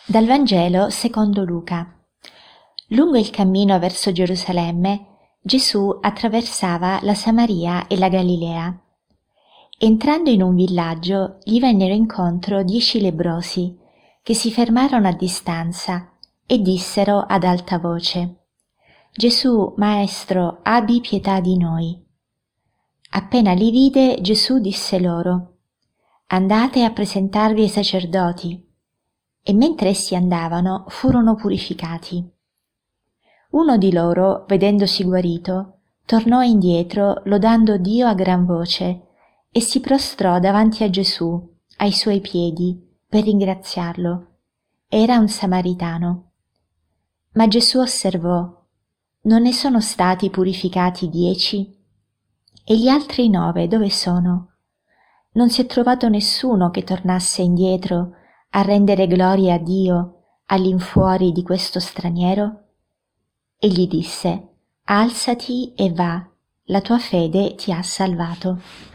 Dal Vangelo secondo Luca. Lungo il cammino verso Gerusalemme, Gesù attraversava la Samaria e la Galilea. Entrando in un villaggio, gli vennero incontro 10 lebbrosi, che si fermarono a distanza e dissero ad alta voce: «Gesù, Maestro, abbi pietà di noi». Appena li vide, Gesù disse loro: «Andate a presentarvi ai sacerdoti». E mentre essi andavano, furono purificati. Uno di loro, vedendosi guarito, tornò indietro lodando Dio a gran voce e si prostrò davanti a Gesù, ai suoi piedi, per ringraziarlo. Era un samaritano. Ma Gesù osservò: «Non ne sono stati purificati 10? E gli altri 9 dove sono? Non si è trovato nessuno che tornasse indietro a rendere gloria a Dio all'infuori di questo straniero?» E gli disse: «Alzati e va, la tua fede ti ha salvato».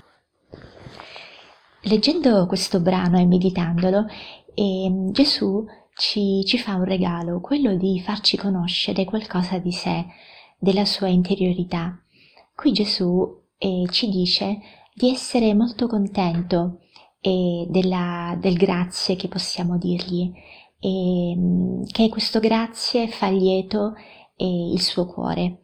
Leggendo questo brano e meditandolo, Gesù ci fa un regalo, quello di farci conoscere qualcosa di sé, della sua interiorità. Qui Gesù ci dice di essere molto contento del grazie che possiamo dirgli, e che questo grazie fa lieto il suo cuore.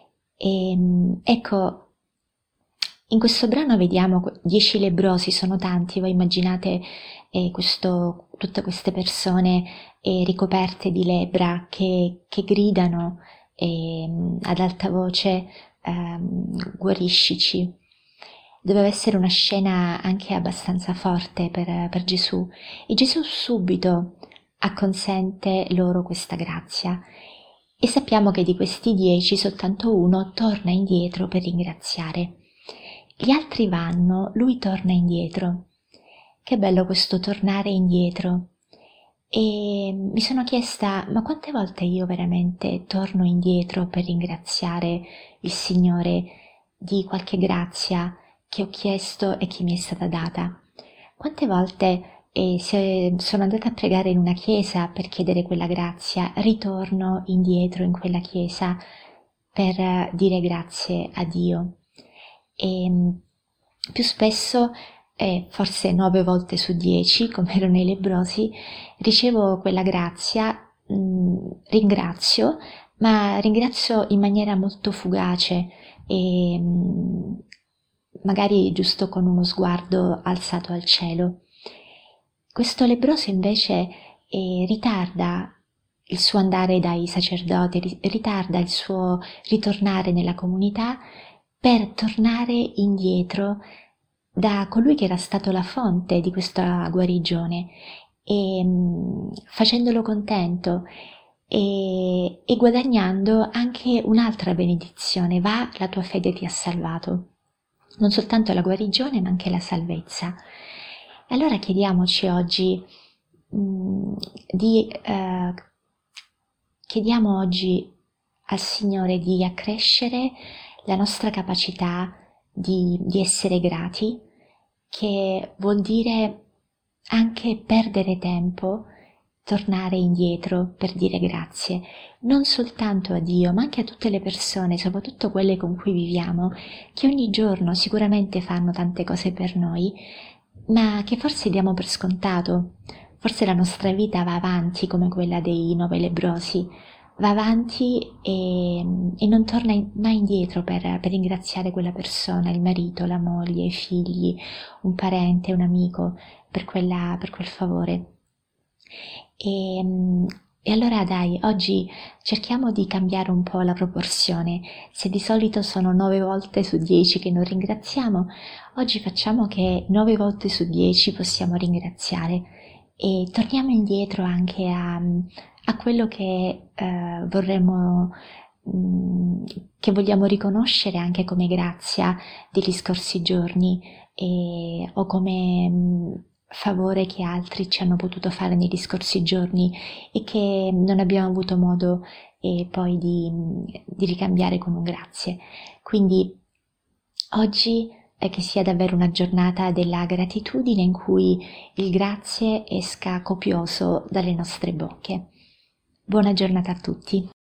Ecco, in questo brano vediamo 10 lebbrosi, sono tanti, voi immaginate tutte queste persone ricoperte di lebbra che gridano ad alta voce: guariscici. Doveva essere una scena anche abbastanza forte per Gesù, e Gesù subito acconsente loro questa grazia. E sappiamo che di questi 10 soltanto uno torna indietro per ringraziare. Gli altri vanno, lui torna indietro. Che bello questo tornare indietro. E mi sono chiesta: ma quante volte io veramente torno indietro per ringraziare il Signore di qualche grazia che ho chiesto e che mi è stata data? Quante volte se sono andata a pregare in una chiesa per chiedere quella grazia, ritorno indietro in quella chiesa per dire grazie a Dio. E più spesso, forse 9 volte su 10, come erano i lebbrosi, ricevo quella grazia, ringrazio, ma ringrazio in maniera molto fugace e magari giusto con uno sguardo alzato al cielo. Questo lebbroso invece ritarda il suo andare dai sacerdoti, ritarda il suo ritornare nella comunità per tornare indietro da colui che era stato la fonte di questa guarigione, e facendolo contento e guadagnando anche un'altra benedizione. Va, la tua fede ti ha salvato. Non soltanto la guarigione, ma anche la salvezza. E allora chiediamoci oggi chiediamo oggi al Signore di accrescere la nostra capacità di essere grati, che vuol dire anche perdere tempo, tornare indietro per dire grazie, non soltanto a Dio, ma anche a tutte le persone, soprattutto quelle con cui viviamo, che ogni giorno sicuramente fanno tante cose per noi, ma che forse diamo per scontato. Forse la nostra vita va avanti come quella dei 9 lebbrosi, va avanti e non torna mai indietro per ringraziare quella persona, il marito, la moglie, i figli, un parente, un amico, per quel favore. E allora dai, oggi cerchiamo di cambiare un po' la proporzione. Se di solito sono 9 volte su 10 che non ringraziamo, oggi facciamo che 9 volte su 10 possiamo ringraziare, e torniamo indietro anche a quello che vorremmo, che vogliamo riconoscere anche come grazia degli scorsi giorni, o come favore che altri ci hanno potuto fare negli scorsi giorni e che non abbiamo avuto modo poi di ricambiare con un grazie. Quindi oggi e che sia davvero una giornata della gratitudine in cui il grazie esca copioso dalle nostre bocche. Buona giornata a tutti.